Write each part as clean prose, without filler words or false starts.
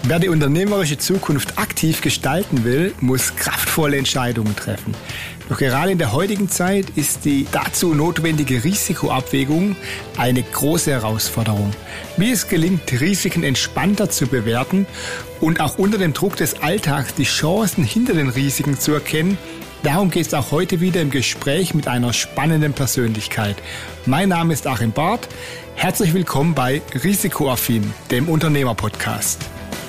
Wer die unternehmerische Zukunft aktiv gestalten will, muss kraftvolle Entscheidungen treffen. Doch gerade in der heutigen Zeit ist die dazu notwendige Risikoabwägung eine große Herausforderung. Wie es gelingt, Risiken entspannter zu bewerten und auch unter dem Druck des Alltags die Chancen hinter den Risiken zu erkennen, darum geht es auch heute wieder im Gespräch mit einer spannenden Persönlichkeit. Mein Name ist Achim Barth. Herzlich willkommen bei Risikoaffin, dem Unternehmerpodcast.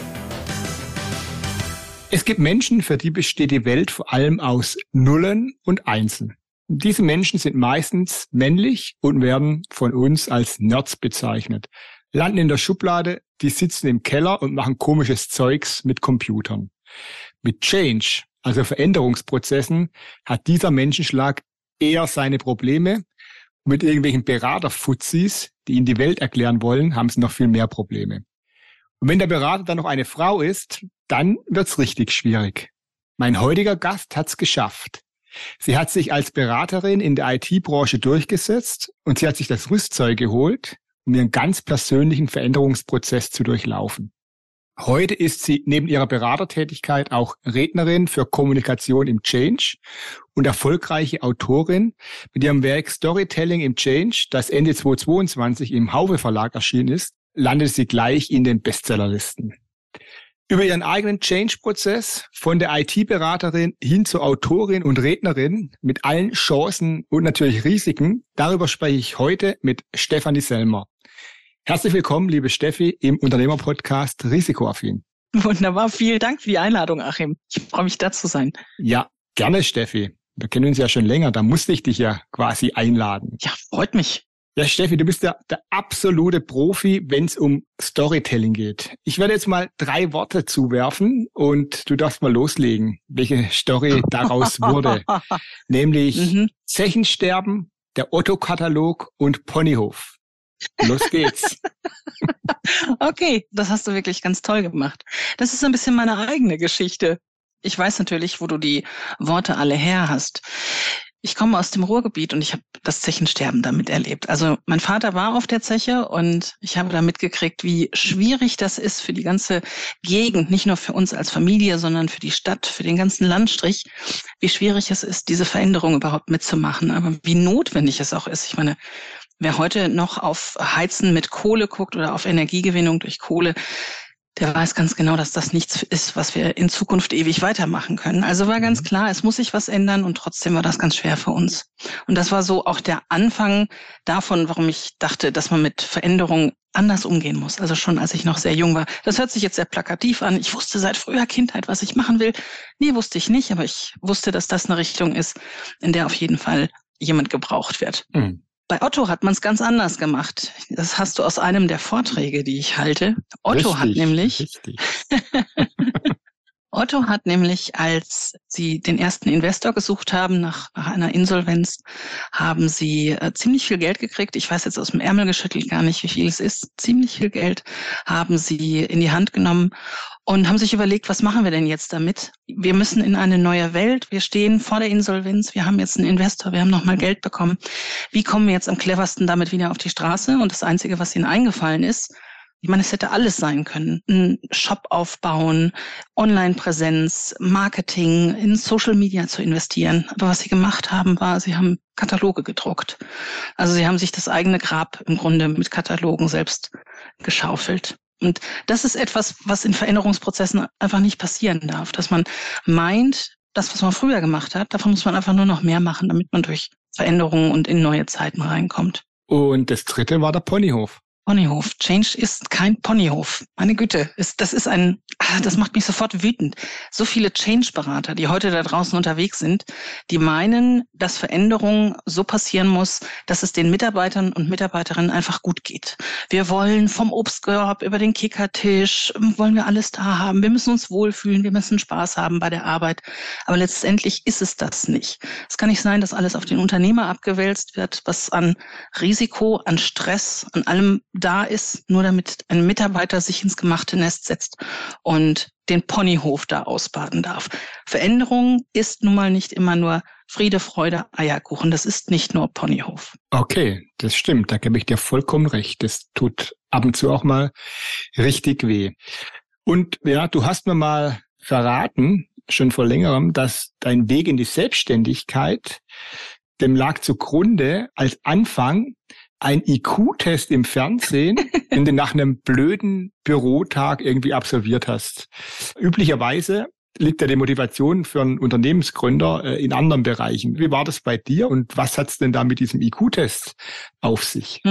Es gibt Menschen, für die besteht die Welt vor allem aus Nullen und Einsen. Diese Menschen sind meistens männlich und werden von uns als Nerds bezeichnet. Landen in der Schublade, die sitzen im Keller und machen komisches Zeugs mit Computern. Mit Change, also Veränderungsprozessen, hat dieser Menschenschlag eher seine Probleme. Und mit irgendwelchen Beraterfuzis, die ihnen die Welt erklären wollen, haben sie noch viel mehr Probleme. Und wenn der Berater dann noch eine Frau ist, dann wird's richtig schwierig. Mein heutiger Gast hat's geschafft. Sie hat sich als Beraterin in der IT-Branche durchgesetzt und sie hat sich das Rüstzeug geholt, um ihren ganz persönlichen Veränderungsprozess zu durchlaufen. Heute ist sie neben ihrer Beratertätigkeit auch Rednerin für Kommunikation im Change und erfolgreiche Autorin. Mit ihrem Werk Storytelling im Change, das Ende 2022 im Haufe Verlag erschienen ist, landet sie gleich in den Bestsellerlisten. Über ihren eigenen Change-Prozess von der IT-Beraterin hin zur Autorin und Rednerin mit allen Chancen und natürlich Risiken, darüber spreche ich heute mit Stefanie Selmer. Herzlich willkommen, liebe Steffi, im Unternehmerpodcast Risikoaffin. Wunderbar, vielen Dank für die Einladung, Achim. Ich freue mich, da zu sein. Ja, gerne, Steffi. Wir kennen uns ja schon länger, da musste ich dich ja quasi einladen. Ja, freut mich. Ja, Steffi, du bist ja der absolute Profi, wenn es um Storytelling geht. Ich werde jetzt mal 3 Worte zuwerfen und du darfst mal loslegen, welche Story daraus wurde. Nämlich Zechensterben, der Otto-Katalog und Ponyhof. Los geht's. Okay, das hast du wirklich ganz toll gemacht. Das ist ein bisschen meine eigene Geschichte. Ich weiß natürlich, wo du die Worte alle her hast. Ich komme aus dem Ruhrgebiet und ich habe das Zechensterben damit erlebt. Also mein Vater war auf der Zeche und ich habe da mitgekriegt, wie schwierig das ist für die ganze Gegend, nicht nur für uns als Familie, sondern für die Stadt, für den ganzen Landstrich, wie schwierig es ist, diese Veränderung überhaupt mitzumachen, aber wie notwendig es auch ist. Ich meine, wer heute noch auf Heizen mit Kohle guckt oder auf Energiegewinnung durch Kohle, der weiß ganz genau, dass das nichts ist, was wir in Zukunft ewig weitermachen können. Also war ganz klar, es muss sich was ändern und trotzdem war das ganz schwer für uns. Und das war so auch der Anfang davon, warum ich dachte, dass man mit Veränderungen anders umgehen muss. Also schon als ich noch sehr jung war. Das hört sich jetzt sehr plakativ an. Ich wusste seit früher Kindheit, was ich machen will. Nee, wusste ich nicht, aber ich wusste, dass das eine Richtung ist, in der auf jeden Fall jemand gebraucht wird. Bei Otto hat man es ganz anders gemacht. Das hast du aus einem der Vorträge, die ich halte. Otto hat nämlich, als sie den ersten Investor gesucht haben nach einer Insolvenz, haben sie ziemlich viel Geld gekriegt. Ich weiß jetzt aus dem Ärmel geschüttelt gar nicht, wie viel es ist. Ziemlich viel Geld haben sie in die Hand genommen und haben sich überlegt, was machen wir denn jetzt damit? Wir müssen in eine neue Welt. Wir stehen vor der Insolvenz. Wir haben jetzt einen Investor. Wir haben nochmal Geld bekommen. Wie kommen wir jetzt am cleversten damit wieder auf die Straße? Und das Einzige, was ihnen eingefallen ist, ich meine, es hätte alles sein können. Ein Shop aufbauen, Online-Präsenz, Marketing, in Social Media zu investieren. Aber was sie gemacht haben, war, sie haben Kataloge gedruckt. Also sie haben sich das eigene Grab im Grunde mit Katalogen selbst geschaufelt. Und das ist etwas, was in Veränderungsprozessen einfach nicht passieren darf. Dass man meint, das, was man früher gemacht hat, davon muss man einfach nur noch mehr machen, damit man durch Veränderungen und in neue Zeiten reinkommt. Und das 3. war der Ponyhof. Ponyhof. Change ist kein Ponyhof. Meine Güte, das macht mich sofort wütend. So viele Change-Berater, die heute da draußen unterwegs sind, die meinen, dass Veränderung so passieren muss, dass es den Mitarbeitern und Mitarbeiterinnen einfach gut geht. Wir wollen vom Obstkorb über den Kickertisch, wollen wir alles da haben. Wir müssen uns wohlfühlen, wir müssen Spaß haben bei der Arbeit. Aber letztendlich ist es das nicht. Es kann nicht sein, dass alles auf den Unternehmer abgewälzt wird, was an Risiko, an Stress, an allem da ist, nur damit ein Mitarbeiter sich ins gemachte Nest setzt und den Ponyhof da ausbaden darf. Veränderung ist nun mal nicht immer nur Friede, Freude, Eierkuchen. Das ist nicht nur Ponyhof. Okay, das stimmt. Da gebe ich dir vollkommen recht. Das tut ab und zu auch mal richtig weh. Und ja, du hast mir mal verraten, schon vor längerem, dass dein Weg in die Selbstständigkeit, dem lag zugrunde als Anfang ein IQ-Test im Fernsehen, den du nach einem blöden Bürotag irgendwie absolviert hast. Üblicherweise liegt ja die Motivation für einen Unternehmensgründer in anderen Bereichen. Wie war das bei dir und was hat's denn da mit diesem IQ-Test auf sich?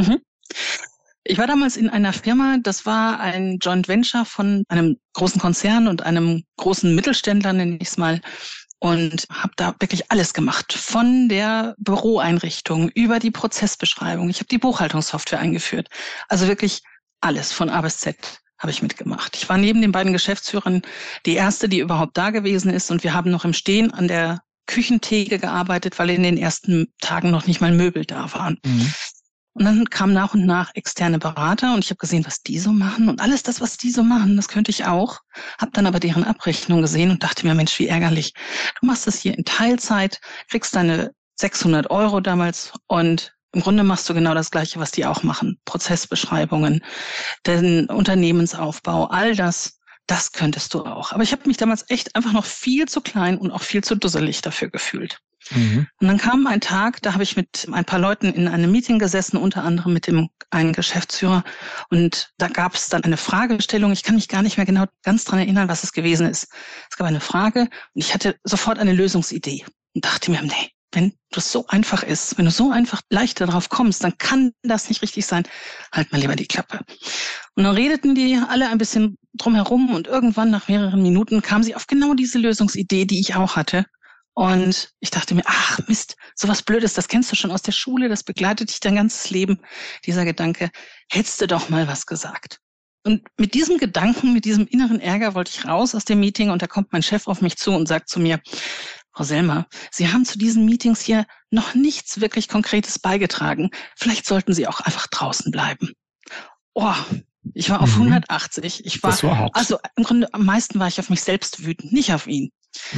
Ich war damals in einer Firma, das war ein Joint Venture von einem großen Konzern und einem großen Mittelständler, nenne ich es mal, und habe da wirklich alles gemacht, von der Büroeinrichtung über die Prozessbeschreibung. Ich habe die Buchhaltungssoftware eingeführt, also wirklich alles von A bis Z habe ich mitgemacht. Ich war neben den beiden Geschäftsführern die erste, die überhaupt da gewesen ist, und wir haben noch im Stehen an der Küchentheke gearbeitet, weil in den ersten Tagen noch nicht mal Möbel da waren. Und dann kamen nach und nach externe Berater und ich habe gesehen, was die so machen, und alles das, was die so machen, das könnte ich auch. Habe dann aber deren Abrechnung gesehen und dachte mir, Mensch, wie ärgerlich. Du machst das hier in Teilzeit, kriegst deine 600 € damals und im Grunde machst du genau das Gleiche, was die auch machen. Prozessbeschreibungen, den Unternehmensaufbau, all das könntest du auch. Aber ich habe mich damals echt einfach noch viel zu klein und auch viel zu dusselig dafür gefühlt. Und dann kam ein Tag, da habe ich mit ein paar Leuten in einem Meeting gesessen, unter anderem mit einem Geschäftsführer. Und da gab es dann eine Fragestellung. Ich kann mich gar nicht mehr genau ganz dran erinnern, was es gewesen ist. Es gab eine Frage und ich hatte sofort eine Lösungsidee und dachte mir, nee, wenn das so einfach ist, wenn du so einfach leicht darauf kommst, dann kann das nicht richtig sein. Halt mal lieber die Klappe. Und dann redeten die alle ein bisschen drumherum und irgendwann nach mehreren Minuten kam sie auf genau diese Lösungsidee, die ich auch hatte. Und ich dachte mir, ach Mist, sowas Blödes, das kennst du schon aus der Schule, das begleitet dich dein ganzes Leben. Dieser Gedanke, hättest du doch mal was gesagt. Und mit diesem Gedanken, mit diesem inneren Ärger wollte ich raus aus dem Meeting und da kommt mein Chef auf mich zu und sagt zu mir, Frau Selmer, Sie haben zu diesen Meetings hier noch nichts wirklich Konkretes beigetragen. Vielleicht sollten Sie auch einfach draußen bleiben. Oh, ich war auf 180. Das war hart. Also im Grunde am meisten war ich auf mich selbst wütend, nicht auf ihn.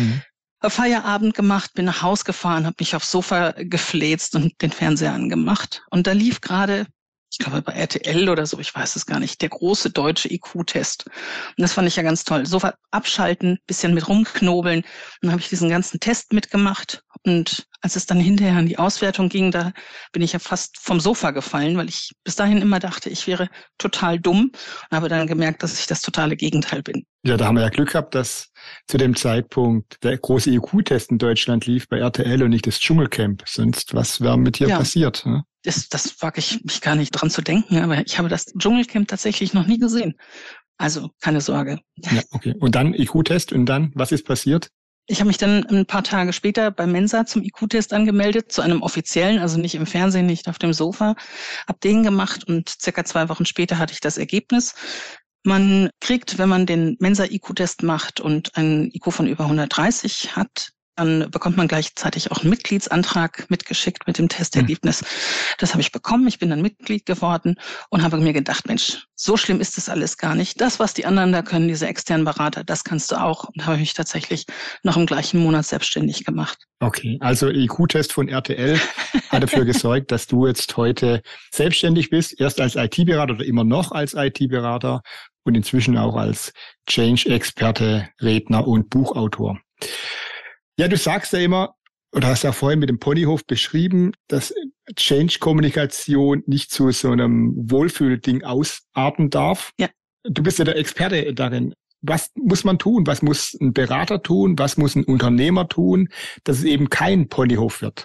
Feierabend gemacht, bin nach Haus gefahren, habe mich aufs Sofa gefläzt und den Fernseher angemacht. Und da lief gerade, ich glaube bei RTL oder so, ich weiß es gar nicht, der große deutsche IQ-Test. Und das fand ich ja ganz toll. Sofa abschalten, bisschen mit rumknobeln. Und dann habe ich diesen ganzen Test mitgemacht. Und als es dann hinterher in die Auswertung ging, da bin ich ja fast vom Sofa gefallen, weil ich bis dahin immer dachte, ich wäre total dumm und habe dann gemerkt, dass ich das totale Gegenteil bin. Ja, da haben wir ja Glück gehabt, dass zu dem Zeitpunkt der große IQ-Test in Deutschland lief bei RTL und nicht das Dschungelcamp. Sonst, was wäre mit dir passiert? Ne? Das wage ich mich gar nicht dran zu denken, aber ich habe das Dschungelcamp tatsächlich noch nie gesehen. Also keine Sorge. Ja, okay. Und dann IQ-Test und dann, was ist passiert? Ich habe mich dann ein paar Tage später bei Mensa zum IQ-Test angemeldet, zu einem offiziellen, also nicht im Fernsehen, nicht auf dem Sofa. Habe den gemacht und circa 2 Wochen später hatte ich das Ergebnis. Man kriegt, wenn man den Mensa-IQ-Test macht und einen IQ von über 130 hat, dann bekommt man gleichzeitig auch einen Mitgliedsantrag mitgeschickt mit dem Testergebnis. Das habe ich bekommen. Ich bin dann Mitglied geworden und habe mir gedacht, Mensch, so schlimm ist das alles gar nicht. Das, was die anderen da können, diese externen Berater, das kannst du auch. Und habe mich tatsächlich noch im gleichen Monat selbstständig gemacht. Okay, also IQ-Test von RTL hat dafür gesorgt, dass du jetzt heute selbstständig bist, erst als IT-Berater oder immer noch als IT-Berater und inzwischen auch als Change-Experte, Redner und Buchautor. Ja, du sagst ja immer, oder hast ja vorhin mit dem Ponyhof beschrieben, dass Change-Kommunikation nicht zu so einem Wohlfühlding ausarten darf. Ja. Du bist ja der Experte darin. Was muss man tun? Was muss ein Berater tun? Was muss ein Unternehmer tun, dass es eben kein Ponyhof wird?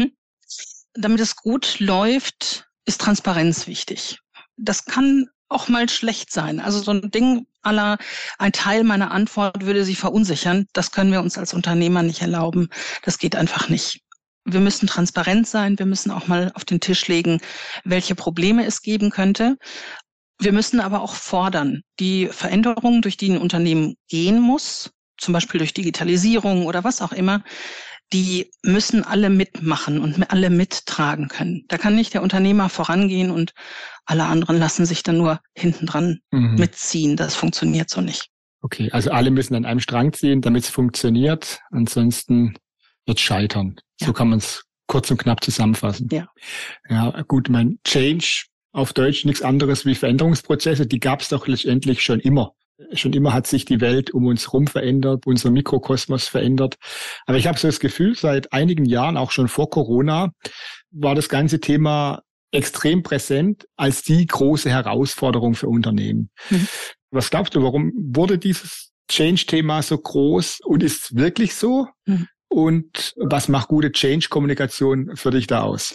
Damit es gut läuft, ist Transparenz wichtig. Das kann auch mal schlecht sein. Also so ein Ding à la, ein Teil meiner Antwort würde Sie verunsichern. Das können wir uns als Unternehmer nicht erlauben. Das geht einfach nicht. Wir müssen transparent sein. Wir müssen auch mal auf den Tisch legen, welche Probleme es geben könnte. Wir müssen aber auch fordern, die Veränderungen, durch die ein Unternehmen gehen muss, zum Beispiel durch Digitalisierung oder was auch immer, die müssen alle mitmachen und alle mittragen können. Da kann nicht der Unternehmer vorangehen und alle anderen lassen sich dann nur hintendran mitziehen. Das funktioniert so nicht. Okay, also alle müssen an einem Strang ziehen, damit es funktioniert. Ansonsten wird es scheitern. Ja. So kann man es kurz und knapp zusammenfassen. Ja, gut, mein Change auf Deutsch nichts anderes wie Veränderungsprozesse, die gab es doch letztendlich schon immer. Schon immer hat sich die Welt um uns herum verändert, unser Mikrokosmos verändert. Aber ich habe so das Gefühl, seit einigen Jahren, auch schon vor Corona, war das ganze Thema extrem präsent als die große Herausforderung für Unternehmen. Mhm. Was glaubst du, warum wurde dieses Change-Thema so groß und ist es wirklich so? Mhm. Und was macht gute Change-Kommunikation für dich da aus?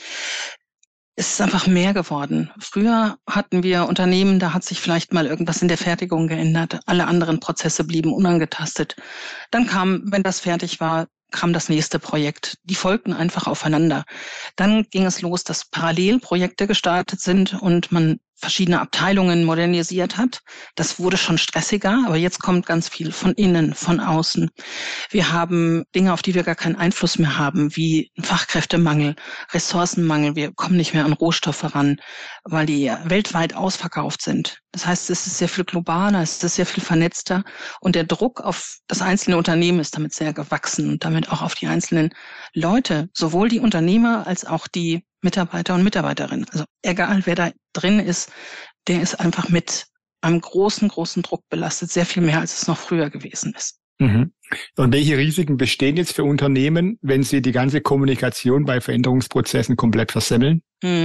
Es ist einfach mehr geworden. Früher hatten wir Unternehmen, da hat sich vielleicht mal irgendwas in der Fertigung geändert. Alle anderen Prozesse blieben unangetastet. Dann kam, wenn das fertig war, kam das nächste Projekt. Die folgten einfach aufeinander. Dann ging es los, dass parallel Projekte gestartet sind und man verschiedene Abteilungen modernisiert hat. Das wurde schon stressiger, aber jetzt kommt ganz viel von innen, von außen. Wir haben Dinge, auf die wir gar keinen Einfluss mehr haben, wie Fachkräftemangel, Ressourcenmangel. Wir kommen nicht mehr an Rohstoffe ran, weil die weltweit ausverkauft sind. Das heißt, es ist sehr viel globaler, es ist sehr viel vernetzter und der Druck auf das einzelne Unternehmen ist damit sehr gewachsen und damit auch auf die einzelnen Leute, sowohl die Unternehmer als auch die Mitarbeiter und Mitarbeiterinnen. Also egal, wer da drin ist, der ist einfach mit einem großen, großen Druck belastet, sehr viel mehr, als es noch früher gewesen ist. Mhm. Und welche Risiken bestehen jetzt für Unternehmen, wenn sie die ganze Kommunikation bei Veränderungsprozessen komplett versemmeln?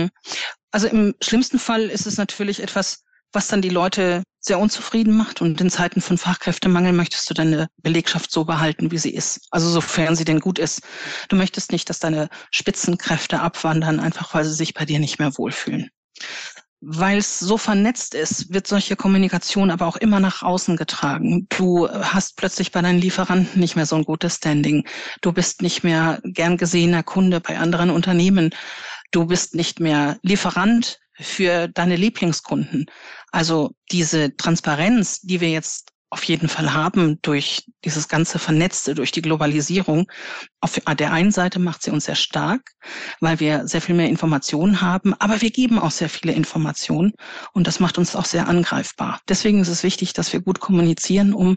Also im schlimmsten Fall ist es natürlich etwas, was dann die Leute sehr unzufrieden macht. Und in Zeiten von Fachkräftemangel möchtest du deine Belegschaft so behalten, wie sie ist. Also sofern sie denn gut ist. Du möchtest nicht, dass deine Spitzenkräfte abwandern, einfach weil sie sich bei dir nicht mehr wohlfühlen. Weil es so vernetzt ist, wird solche Kommunikation aber auch immer nach außen getragen. Du hast plötzlich bei deinen Lieferanten nicht mehr so ein gutes Standing. Du bist nicht mehr gern gesehener Kunde bei anderen Unternehmen. Du bist nicht mehr Lieferant für deine Lieblingskunden. Also diese Transparenz, die wir jetzt auf jeden Fall haben durch dieses ganze Vernetzte, durch die Globalisierung. Auf der einen Seite macht sie uns sehr stark, weil wir sehr viel mehr Informationen haben, aber wir geben auch sehr viele Informationen und das macht uns auch sehr angreifbar. Deswegen ist es wichtig, dass wir gut kommunizieren, um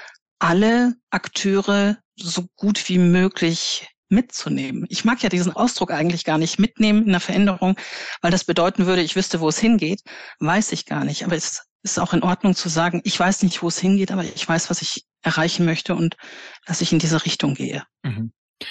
alle Akteure so gut wie möglich mitzunehmen. Ich mag ja diesen Ausdruck eigentlich gar nicht, mitnehmen in der Veränderung, weil das bedeuten würde, ich wüsste, wo es hingeht, weiß ich gar nicht. Aber es ist auch in Ordnung zu sagen, ich weiß nicht, wo es hingeht, aber ich weiß, was ich erreichen möchte und dass ich in diese Richtung gehe. Mhm.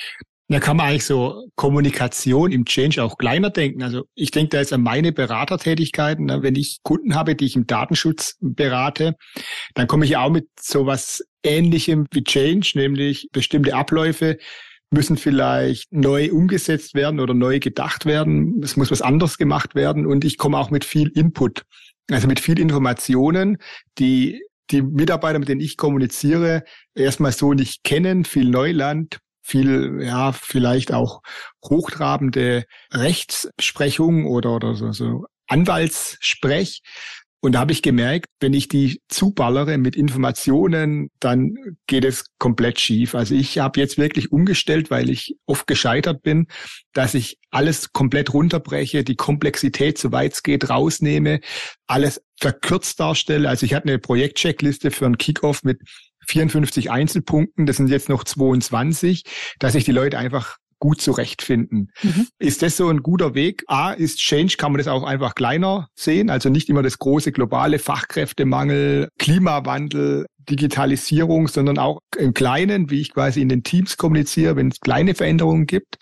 Da kann man eigentlich so Kommunikation im Change auch kleiner denken. Also ich denke da jetzt an meine Beratertätigkeiten. Wenn ich Kunden habe, die ich im Datenschutz berate, dann komme ich auch mit sowas Ähnlichem wie Change, nämlich bestimmte Abläufe müssen vielleicht neu umgesetzt werden oder neu gedacht werden. Es muss was anderes gemacht werden und ich komme auch mit viel Input, also mit viel Informationen, die Mitarbeiter, mit denen ich kommuniziere, erstmal so nicht kennen, viel Neuland, viel, ja, vielleicht auch hochtrabende Rechtsprechung oder so Anwaltssprech. Und da habe ich gemerkt, wenn ich die zuballere mit Informationen, dann geht es komplett schief. Also ich habe jetzt wirklich umgestellt, weil ich oft gescheitert bin, dass ich alles komplett runterbreche, die Komplexität, soweit es geht, rausnehme, alles verkürzt darstelle. Also ich hatte eine Projektcheckliste für einen Kickoff mit 54 Einzelpunkten, das sind jetzt noch 22, dass sich die Leute einfach gut zurechtfinden. Mhm. Ist das so ein guter Weg? Ist Change, kann man das auch einfach kleiner sehen? Also nicht immer das große globale Fachkräftemangel, Klimawandel, Digitalisierung, sondern auch im Kleinen, wie ich quasi in den Teams kommuniziere, wenn es kleine Veränderungen gibt.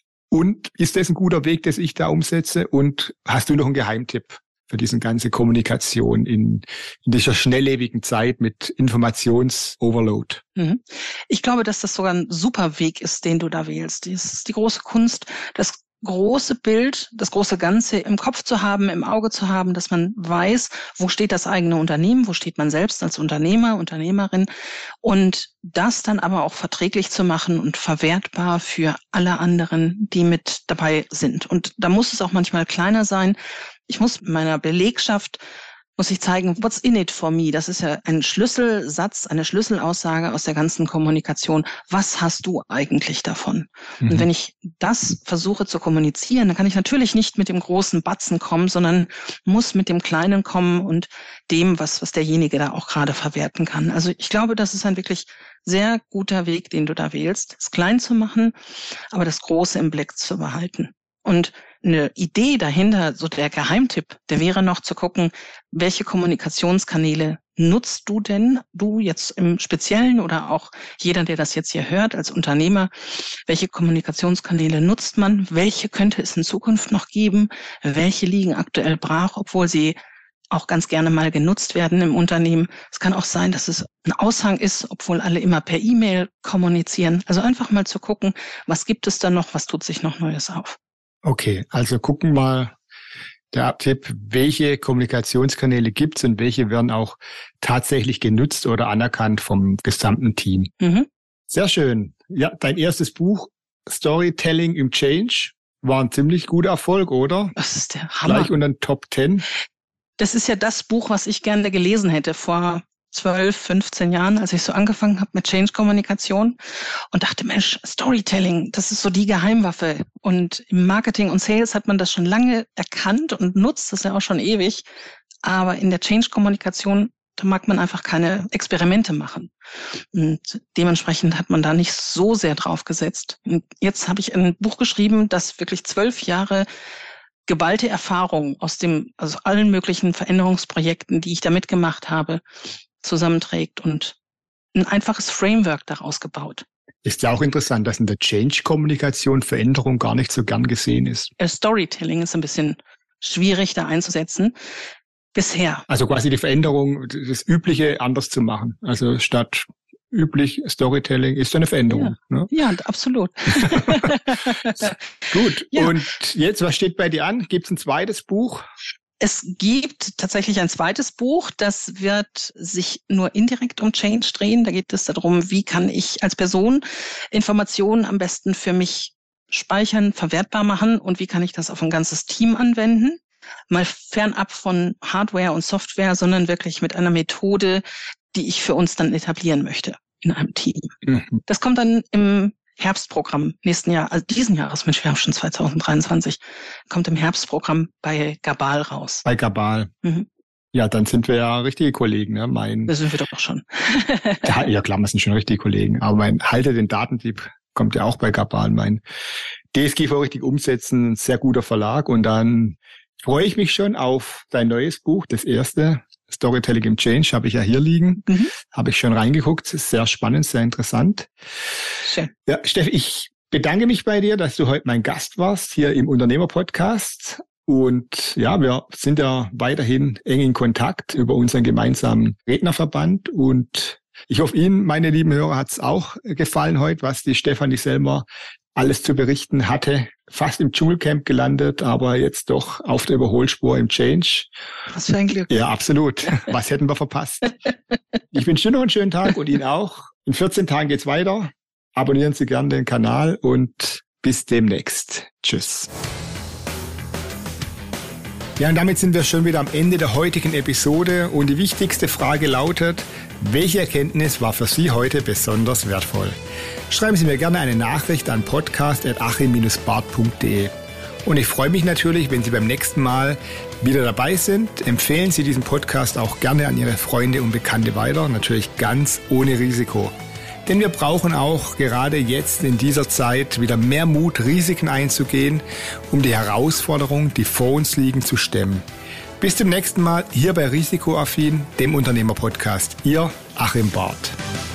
Und ist das ein guter Weg, das ich da umsetze? Und hast du noch einen Geheimtipp für diese ganze Kommunikation in dieser schnelllebigen Zeit mit Informationsoverload? Ich glaube, dass das sogar ein super Weg ist, den du da wählst. Das ist die große Kunst, das große Bild, das große Ganze im Kopf zu haben, im Auge zu haben, dass man weiß, wo steht das eigene Unternehmen, wo steht man selbst als Unternehmer, Unternehmerin und das dann aber auch verträglich zu machen und verwertbar für alle anderen, die mit dabei sind. Und da muss es auch manchmal kleiner sein. Ich muss meiner Belegschaft muss ich zeigen, what's in it for me? Das ist ja ein Schlüsselsatz, eine Schlüsselaussage aus der ganzen Kommunikation. Was hast du eigentlich davon? Mhm. Und wenn ich das versuche zu kommunizieren, dann kann ich natürlich nicht mit dem großen Batzen kommen, sondern muss mit dem Kleinen kommen und dem, was derjenige da auch gerade verwerten kann. Also ich glaube, das ist ein wirklich sehr guter Weg, den du da wählst, es klein zu machen, aber das Große im Blick zu behalten. Und eine Idee dahinter, so der Geheimtipp, der wäre noch zu gucken, welche Kommunikationskanäle nutzt du denn, du jetzt im Speziellen oder auch jeder, der das jetzt hier hört als Unternehmer, welche Kommunikationskanäle nutzt man, welche könnte es in Zukunft noch geben, welche liegen aktuell brach, obwohl sie auch ganz gerne mal genutzt werden im Unternehmen. Es kann auch sein, dass es ein Aushang ist, obwohl alle immer per E-Mail kommunizieren. Also einfach mal zu gucken, was gibt es da noch, was tut sich noch Neues auf. Okay, also gucken mal der Tipp, welche Kommunikationskanäle gibt's und welche werden auch tatsächlich genutzt oder anerkannt vom gesamten Team. Mhm. Sehr schön. Ja, dein erstes Buch, Storytelling im Change, war ein ziemlich guter Erfolg, oder? Das ist der Hammer. Gleich unter den Top 10. Das ist ja das Buch, was ich gerne gelesen hätte vor 12, 15 Jahren, als ich so angefangen habe mit Change-Kommunikation und dachte, Mensch, Storytelling, das ist so die Geheimwaffe. Und im Marketing und Sales hat man das schon lange erkannt und nutzt das ja auch schon ewig. Aber in der Change-Kommunikation, da mag man einfach keine Experimente machen. Und dementsprechend hat man da nicht so sehr drauf gesetzt. Und jetzt habe ich ein Buch geschrieben, das wirklich 12 Jahre geballte Erfahrung aus allen möglichen Veränderungsprojekten, die ich da mitgemacht habe, zusammenträgt und ein einfaches Framework daraus gebaut. Ist ja auch interessant, dass in der Change-Kommunikation Veränderung gar nicht so gern gesehen ist. Storytelling ist ein bisschen schwierig da einzusetzen. Bisher. Also quasi die Veränderung, das Übliche anders zu machen. Also statt üblich Storytelling ist eine Veränderung. Ja, ne? Ja, absolut. Gut. Ja. Und jetzt, was steht bei dir an? Gibt es ein zweites Buch? Es gibt tatsächlich ein zweites Buch, das wird sich nur indirekt um Change drehen. Da geht es darum, wie kann ich als Person Informationen am besten für mich speichern, verwertbar machen und wie kann ich das auf ein ganzes Team anwenden. Mal fernab von Hardware und Software, sondern wirklich mit einer Methode, die ich für uns dann etablieren möchte in einem Team. Mhm. Das kommt dann im Herbstprogramm nächsten Jahr, also diesen Jahres, Mensch, wir haben schon 2023, kommt im Herbstprogramm bei Gabal raus. Bei Gabal. Mhm. Ja, dann sind wir ja richtige Kollegen. Ne? Das sind wir doch schon. Ja, klar, wir sind schon richtige Kollegen. Aber mein Halte den Datendieb kommt ja auch bei Gabal. Mein DSGV richtig umsetzen, sehr guter Verlag. Und dann freue ich mich schon auf dein neues Buch, das erste. Storytelling im Change habe ich ja hier liegen. Mhm. Habe ich schon reingeguckt. Ist sehr spannend, sehr interessant. Schön. Ja, Steffi, ich bedanke mich bei dir, dass du heute mein Gast warst hier im Unternehmer-Podcast. Und ja, wir sind ja weiterhin eng in Kontakt über unseren gemeinsamen Rednerverband. Und ich hoffe, Ihnen, meine lieben Hörer, hat es auch gefallen heute, was die Stefanie Selmer alles zu berichten hatte. Fast im Dschungelcamp gelandet, aber jetzt doch auf der Überholspur im Change. Was für ein Glück. Ja, absolut. Was hätten wir verpasst? Ich wünsche dir noch einen schönen Tag und Ihnen auch. In 14 Tagen geht's weiter. Abonnieren Sie gerne den Kanal und bis demnächst. Tschüss. Ja, und damit sind wir schon wieder am Ende der heutigen Episode. Und die wichtigste Frage lautet, welche Erkenntnis war für Sie heute besonders wertvoll? Schreiben Sie mir gerne eine Nachricht an podcast@achim-bart.de. Und ich freue mich natürlich, wenn Sie beim nächsten Mal wieder dabei sind. Empfehlen Sie diesen Podcast auch gerne an Ihre Freunde und Bekannte weiter, natürlich ganz ohne Risiko. Denn wir brauchen auch gerade jetzt in dieser Zeit wieder mehr Mut, Risiken einzugehen, um die Herausforderungen, die vor uns liegen, zu stemmen. Bis zum nächsten Mal hier bei Risikoaffin, dem Unternehmerpodcast. Ihr Achim Bart.